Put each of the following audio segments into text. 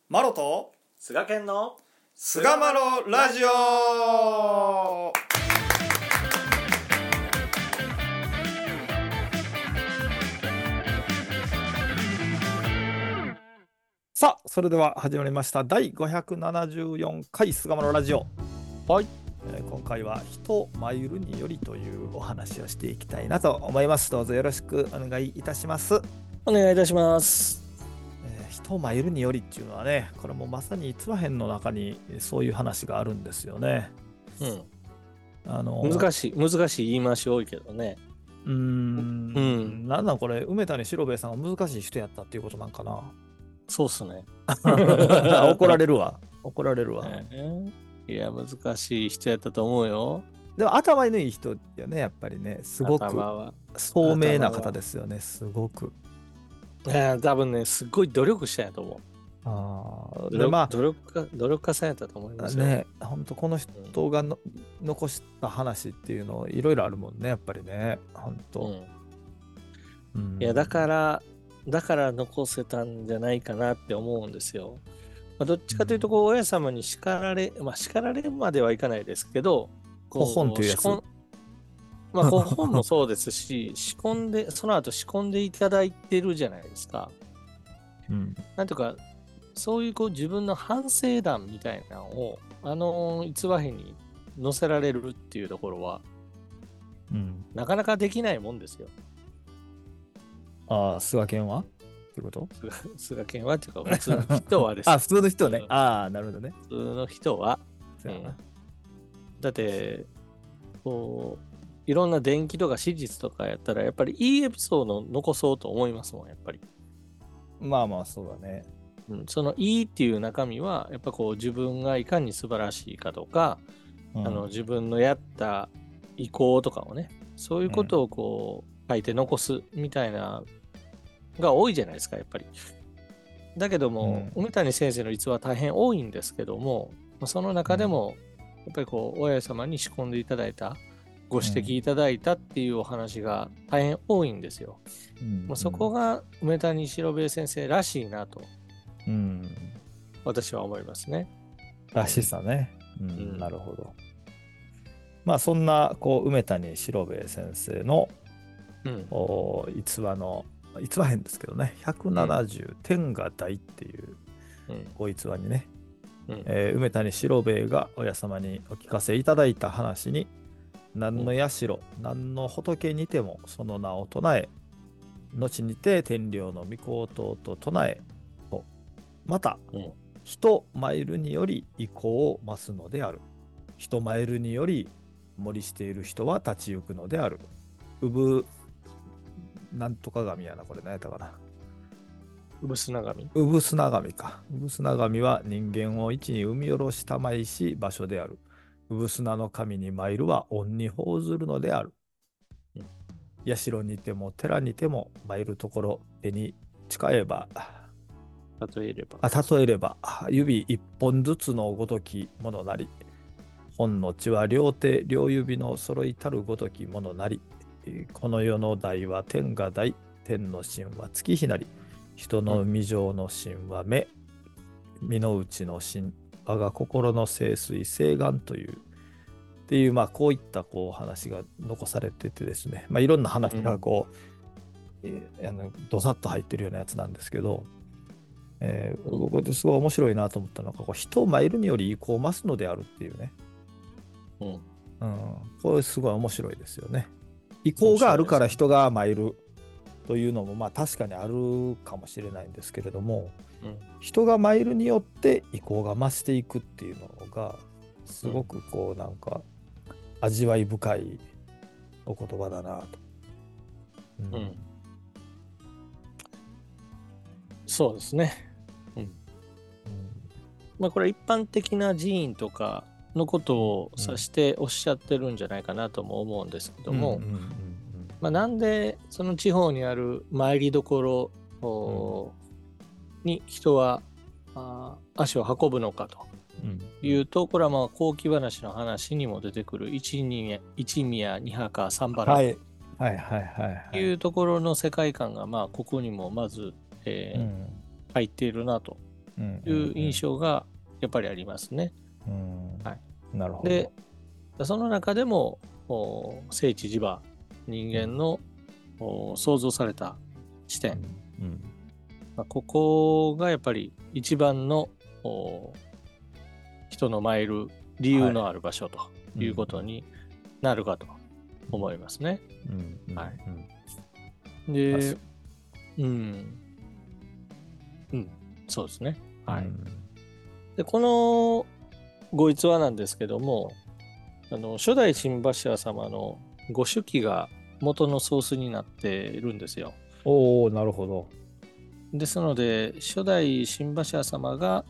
マロと菅健の菅マロラジオ。さあ、それでは始まりました第574回菅マロラジオ。 はい、 今回は人マイルによりというお話をしていきたいなと思います。どうぞよろしくお願いいたします。 お願いいたします。 人マイルによりっていうのはね、これもまさに逸話編の中にそういう話があるんですよね。 難しい言い回し多いけどね。 なんこれ、梅谷四郎兵衛さんが難しい人やったっていうことなんかな。 そうっすね。 怒られるわ。 いや、難しい人やったと思うよ。 でも頭のいい人ってね、やっぱりね、すごく聡明な方ですよね、すごく。 多分ね、すごい努力したんやと思う。努力家さんやったと思いますよ。 ね、本当この人が残した話っていうのいろいろあるもんね、やっぱりね、本当。 いや、だから残せたんじゃないかなって思うんですよ。どっちかというと親様に叱られまではいかないですけど、 ご本というやつ。 ご本もそうですし、その後仕込んでいただいてるじゃないですか。なんとかそういう自分の反省談みたいなのを逸話編に載せられるっていうところは、なかなかできないもんですよ。 菅健はってこと？ 菅健はっていうか普通の人はです。 普通の人ね。なるほどね。 普通の人は。だっていろんな伝記とか史実とかやったらやっぱりいいエピソードを残そうと思いますもん、やっぱり。 まあそうだね。 そのいいっていう中身はやっぱ自分がいかに素晴らしいかとか、自分のやった意向とかをね、そういうことを書いて残すみたいなが多いじゃないですか、やっぱり。だけども、梅谷先生の逸話は大変多いんですけども、その中でもやっぱり親様に仕込んでいただいた、ご指摘いただいたっていうお話が大変多いんですよ。そこが梅谷四郎兵衛先生らしいなと、私は思いますね。 らしさね。なるほど。そんな梅谷四郎兵衛先生の、逸話編ですけどね、170天下大っていうご逸話にね、梅谷四郎兵衛が親様にお聞かせいただいた話に、何の社、何の仏にてもその名を唱え、後にて天領の御神刀と唱え、また、人マイルにより意向を増すのである。人マイルにより盛りしている人は立ち行くのである。なんとか神やな、これ何やったかな。 産砂神か。 産砂神は人間を一に生み下ろしたまいし場所である。産砂の神に参るは恩に報ずるのである。社にても寺にても参るところ、手に近えば、例えれば指一本ずつのごときものなり、本の血は両手両指の揃いたるごときものなり、この世の大は天が大、天の神は月日なり、人の未情の神は目、身の内の神、我が心の清水清眼というっていう、こういった話が残されててですね、いろんな話がどさっと入ってるようなやつなんですけど、僕ですごい面白いなと思ったのが、人を参るにより意向を増すのであるっていうね、これすごい面白いですよね。意向があるから人が参るというのも確かにあるかもしれないんですけれども、人が参るによって意向が増していくっていうのがすごくなんか味わい深いお言葉だなと。 そうですね。これ一般的な寺院とかのことを指しておっしゃってるんじゃないかなとも思うんですけども、なんでその地方にある参りどころに人は足を運ぶのかというと、これは後期話の話にも出てくる一宮二墓三原というところの世界観がここにもまず入っているなという印象がやっぱりありますね。はい、 なるほど。 で、その中でも聖地磁場、人間の創造された視点、ここがやっぱり一番の人の参る理由のある場所ということになるかと思いますね。で、そうですね。はい。で、このご逸話なんですけども、初代新柱様のご手記が元のソースになっているんですよ。 おお、なるほど。 ですので、初代新柱様が、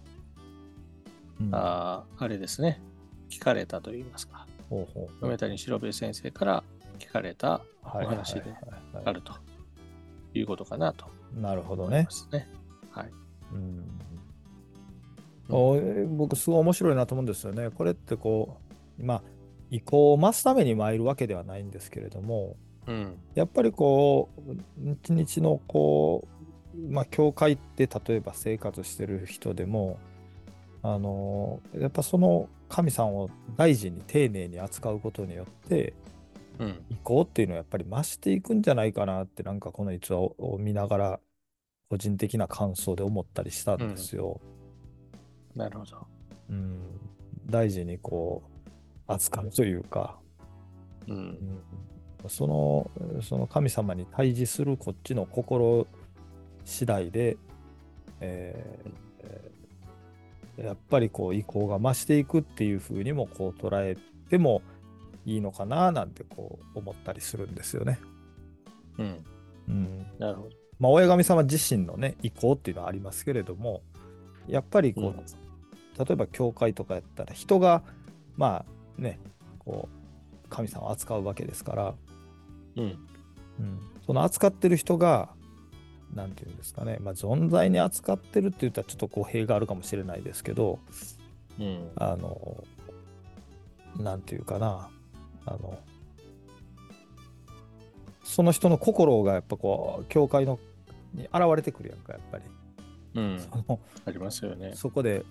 あれですね、聞かれたといいますか、梅谷四郎兵衛先生から聞かれたお話であるということかなと。 なるほどね。 はい。 僕すごい面白いなと思うんですよね。これって意向を増すために参るわけではないんですけれども、やっぱり日々の教会って例えば生活してる人でもやっぱその神さんを大事に丁寧に扱うことによって、意向っていうのはやっぱり増していくんじゃないかなって、なんかこの逸話を見ながら個人的な感想で思ったりしたんですよ。 なるほど。 大事に扱うというか、その神様に対峙するこっちの心次第で、やっぱり意向が増していくっていうふうにも捉えてもいいのかななんて思ったりするんですよね。 なるほど。 親神様自身のね意向っていうのはありますけれども、やっぱり例えば教会とかやったら人が神様を扱うわけですから、その扱ってる人がなんていうんですかね、存在に扱ってるって言ったらちょっと語弊があるかもしれないですけど、なんていうかな、その人の心がやっぱ教会に現れてくるやんか、やっぱり。 ありますよね。 そこで、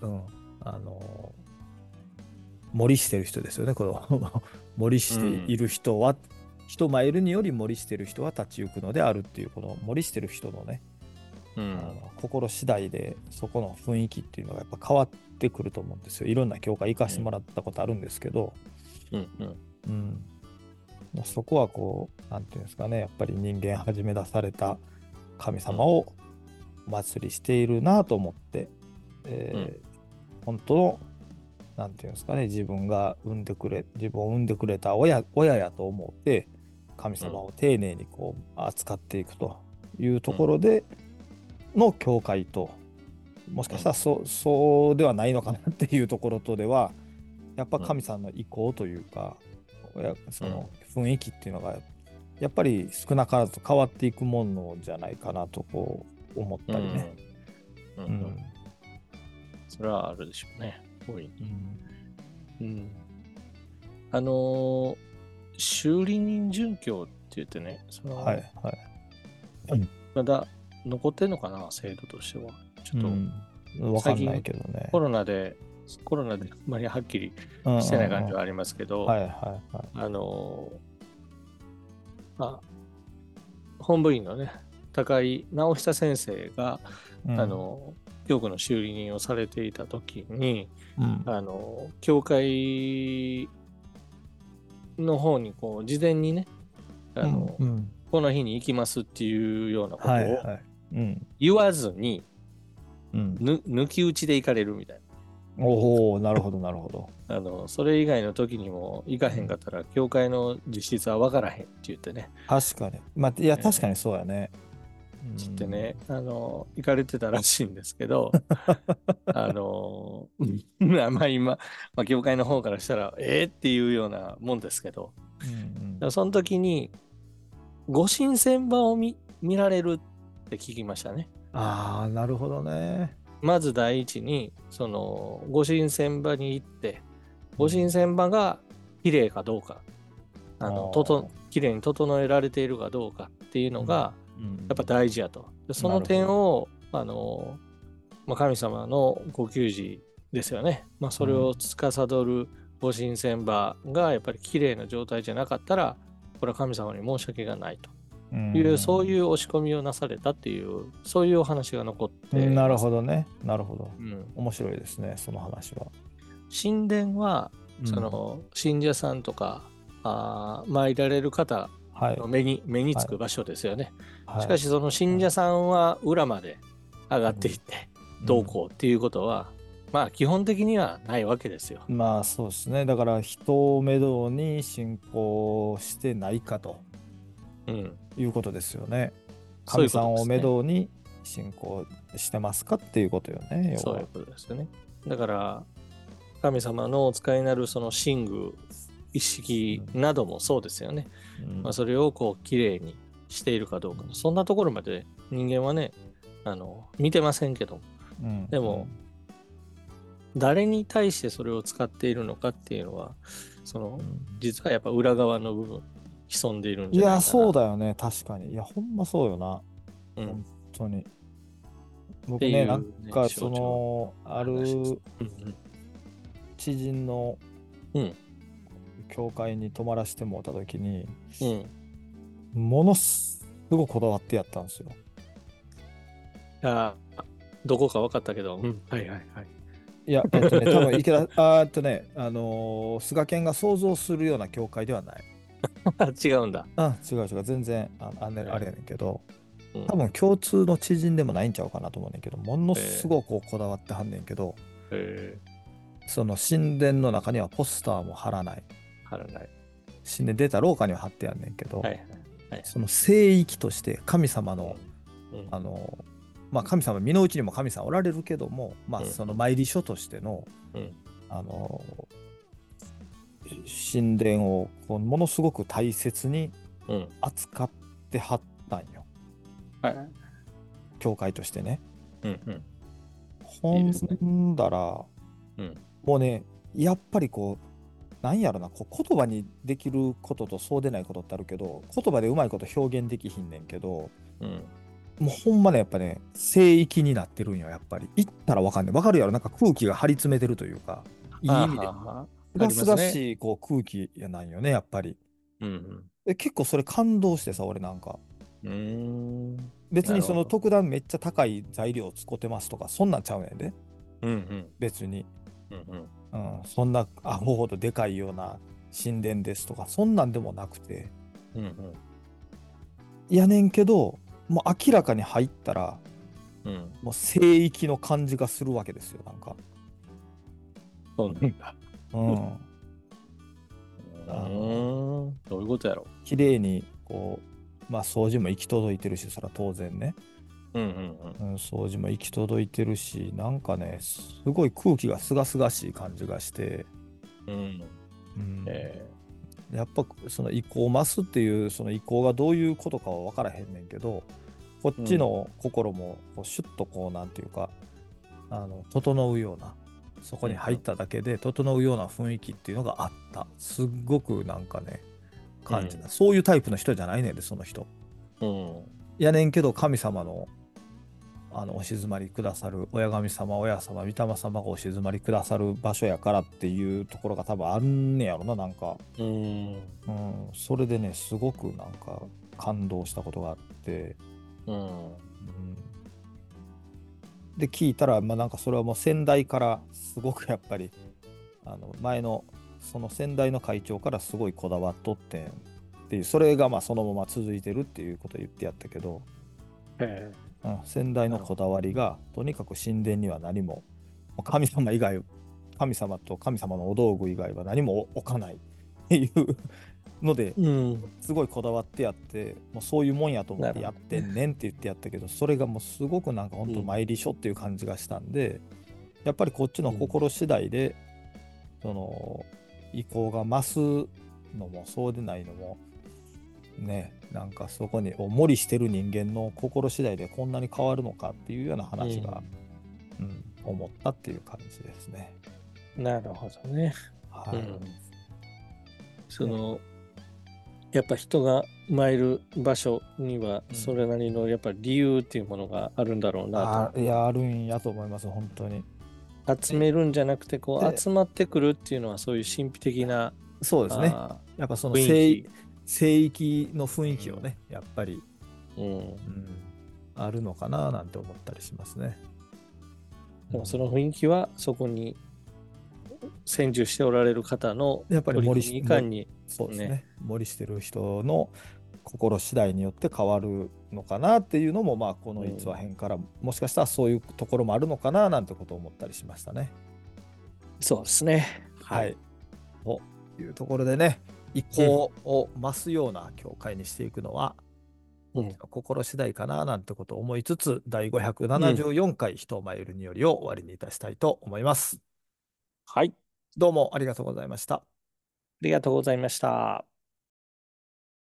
森してる人ですよね、森している人は、人前いるにより森してる人は立ち行くのであるっていう、この森してる人のね、心次第でそこの雰囲気っていうのがやっぱ変わってくると思うんですよ。いろんな教会行かせてもらったことあるんですけど、そこはなんていうんですかね、やっぱり人間始め出された神様をお祭りしているなと思って、本当のなんていうんですかね、自分を産んでくれた親やと思って神様を丁寧に扱っていくというところでの教会と、もしかしたらそうではないのかなっていうところとでは、やっぱ神様の意向というか、その雰囲気っていうのがやっぱり少なからず変わっていくものじゃないかなと思ったりね。 それはあるでしょうね。修理人殉教って言ってね、まだ残ってんのかな、制度としては。ちょっと、 わかんないけどね。 コロナであまりはっきりしてない感じはありますけど、本部員のね、高井直久先生が、教区の修理人をされていた時に、教会の方に事前にね、この日に行きますっていうようなことを言わずに、抜き打ちで行かれるみたいな。 おお、なるほどなるほど。 それ以外の時にも行かへんかったら、教会の実質は分からへんって言ってね。 確かに。いや、確かにそうやね。 つってね、行かれてたらしいんですけど、今、教会の方からしたら、っていうようなもんですけど、その時に、ご神仙場を見られるって聞きましたね。 ああ、なるほどね。 まず第一に、ご神仙場に行って、ご神仙場が綺麗かどうか、綺麗に整えられているかどうかっていうのが、やっぱ大事やと。でその点をまあ、神様のご給仕ですよね。まあ、それを司るご神仙場がやっぱり綺麗な状態じゃなかったら、これは神様に申し訳がないという、そういう押し込みをなされたっていう、そういうお話が残っています。 なるほどね。なるほど。 うん、 面白いですね、その話は。 神殿は、その信者さんとか参られる方の目につく場所ですよね。しかしその信者さんは裏まで上がっていってどうこうっていうことは、まあ基本的にはないわけですよ。 まあそうですね。だから人をめどに信仰してないかということですよね。神さんをめどに信仰してますかっていうことよね。 そういうことですよね。だから神様のお使いになるその神具一式などもそうですよね。まあ、それをこうきれいにしているかどうか、そんなところまで人間はね見てませんけど、でも、誰に対してそれを使っているのかっていうのはその、実はやっぱ裏側の部分潜んでいるんじゃないかな。 いやそうだよね、確かに。いやほんまそうよな、本当に。僕ね、なんかそのある知人の教会に泊まらせてもらった時に、ものすごくこだわってやったんですよ。 どこか分かったけど、はいはいはい。 いや、多分池田、菅健が想像するような教会ではない。 違うんだ。 違う、全然あれやねんけど、多分共通の知人でもないんちゃうかなと思うねんけど、ものすごくこだわってはんねんけど、その神殿の中にはポスターも貼らない。神殿出た廊下には貼ってやんねんけど、その聖域として神様の、まあ神様、身の内にも神様おられるけども、まあその参り所としての、神殿をこうものすごく大切に扱ってはったんよ。教会としてね。ほんだら、もうね、やっぱりこう、なんやろな、こう言葉にできることとそうでないことってあるけど、言葉でうまいこと表現できひんねんけど、もうほんまね、やっぱね、聖域になってるんよ、やっぱり。行ったらわかんねん。わかるやろ、なんか空気が張り詰めてるというか、いい意味で。すがすがしいこう空気やなんよね、やっぱり。結構それ感動してさ、俺なんか。別にその特段めっちゃ高い材料を使ってますとか、そんなんちゃうねんで。別に。そんなアホほどでかいような神殿ですとか、そんなんでもなくて。やねんけど、もう明らかに入ったら、もう聖域の感じがするわけですよ、なんか。 そうなんだ。どういうことやろ。 綺麗にこう、まあ掃除も行き届いてるし、それは当然ね。掃除も行き届いてるし、なんかね、すごい空気がすがすがしい感じがして、やっぱその意向増すっていうその意向がどういうことかは分からへんねんけど、こっちの心もこうシュッとこうなんていうか、整うような、そこに入っただけで整うような雰囲気っていうのがあった。すっごくなんかね、感じた。そういうタイプの人じゃないねんで、その人。やねんけど、神様のお静まりくださる、親神様、親様、御霊様がお静まりくださる場所やからっていうところが多分あんねやろな、なんか。それでね、すごくなんか感動したことがあって、で、聞いたら、まあなんかそれはもう先代からすごくやっぱり、前の、その先代の会長からすごいこだわっとってんっていう、それがまあそのまま続いてるっていうことを言ってやったけど、先代のこだわりがとにかく神殿には何も神様以外、神様と神様のお道具以外は何も置かないっていうので、すごいこだわってやって、もうそういうもんやと思ってやってんねんって言ってやったけど、それがもうすごくなんか本当参り所っていう感じがしたんで、やっぱりこっちの心次第で、その意向が増すのもそうでないのもね、なんかそこに無理してる人間の心次第でこんなに変わるのかっていうような話が、思ったっていう感じですね。 なるほどね。その、 やっぱ人が参る場所にはうんそれなりのやっぱり理由っていうものがあるんだろうなと。 いや、あるんやと思います、本当に。 集めるんじゃなくてこうで、 集まってくるっていうのはそういう神秘的なそうですね。 あやっぱその雰囲気。 聖域の雰囲気をうんね、やっぱり、 うん、 あるのかななんて思ったりしますね。 でもその雰囲気はそこに専従しておられる方のやっぱり取り組みいかんにね。 そうですね。森してる人の心次第によって変わるのかなっていうのも、まあ、この逸話編からもしかしたらそういうところもあるのかななんてことを思ったりしましたね。 そうですね。 はい。というところでね、意向を増すような教会にしていくのは、心次第かななんてことを思いつつ、第574回人を参るによりを終わりにいたしたいと思います。 はい。 どうもありがとうございました。 ありがとうございました。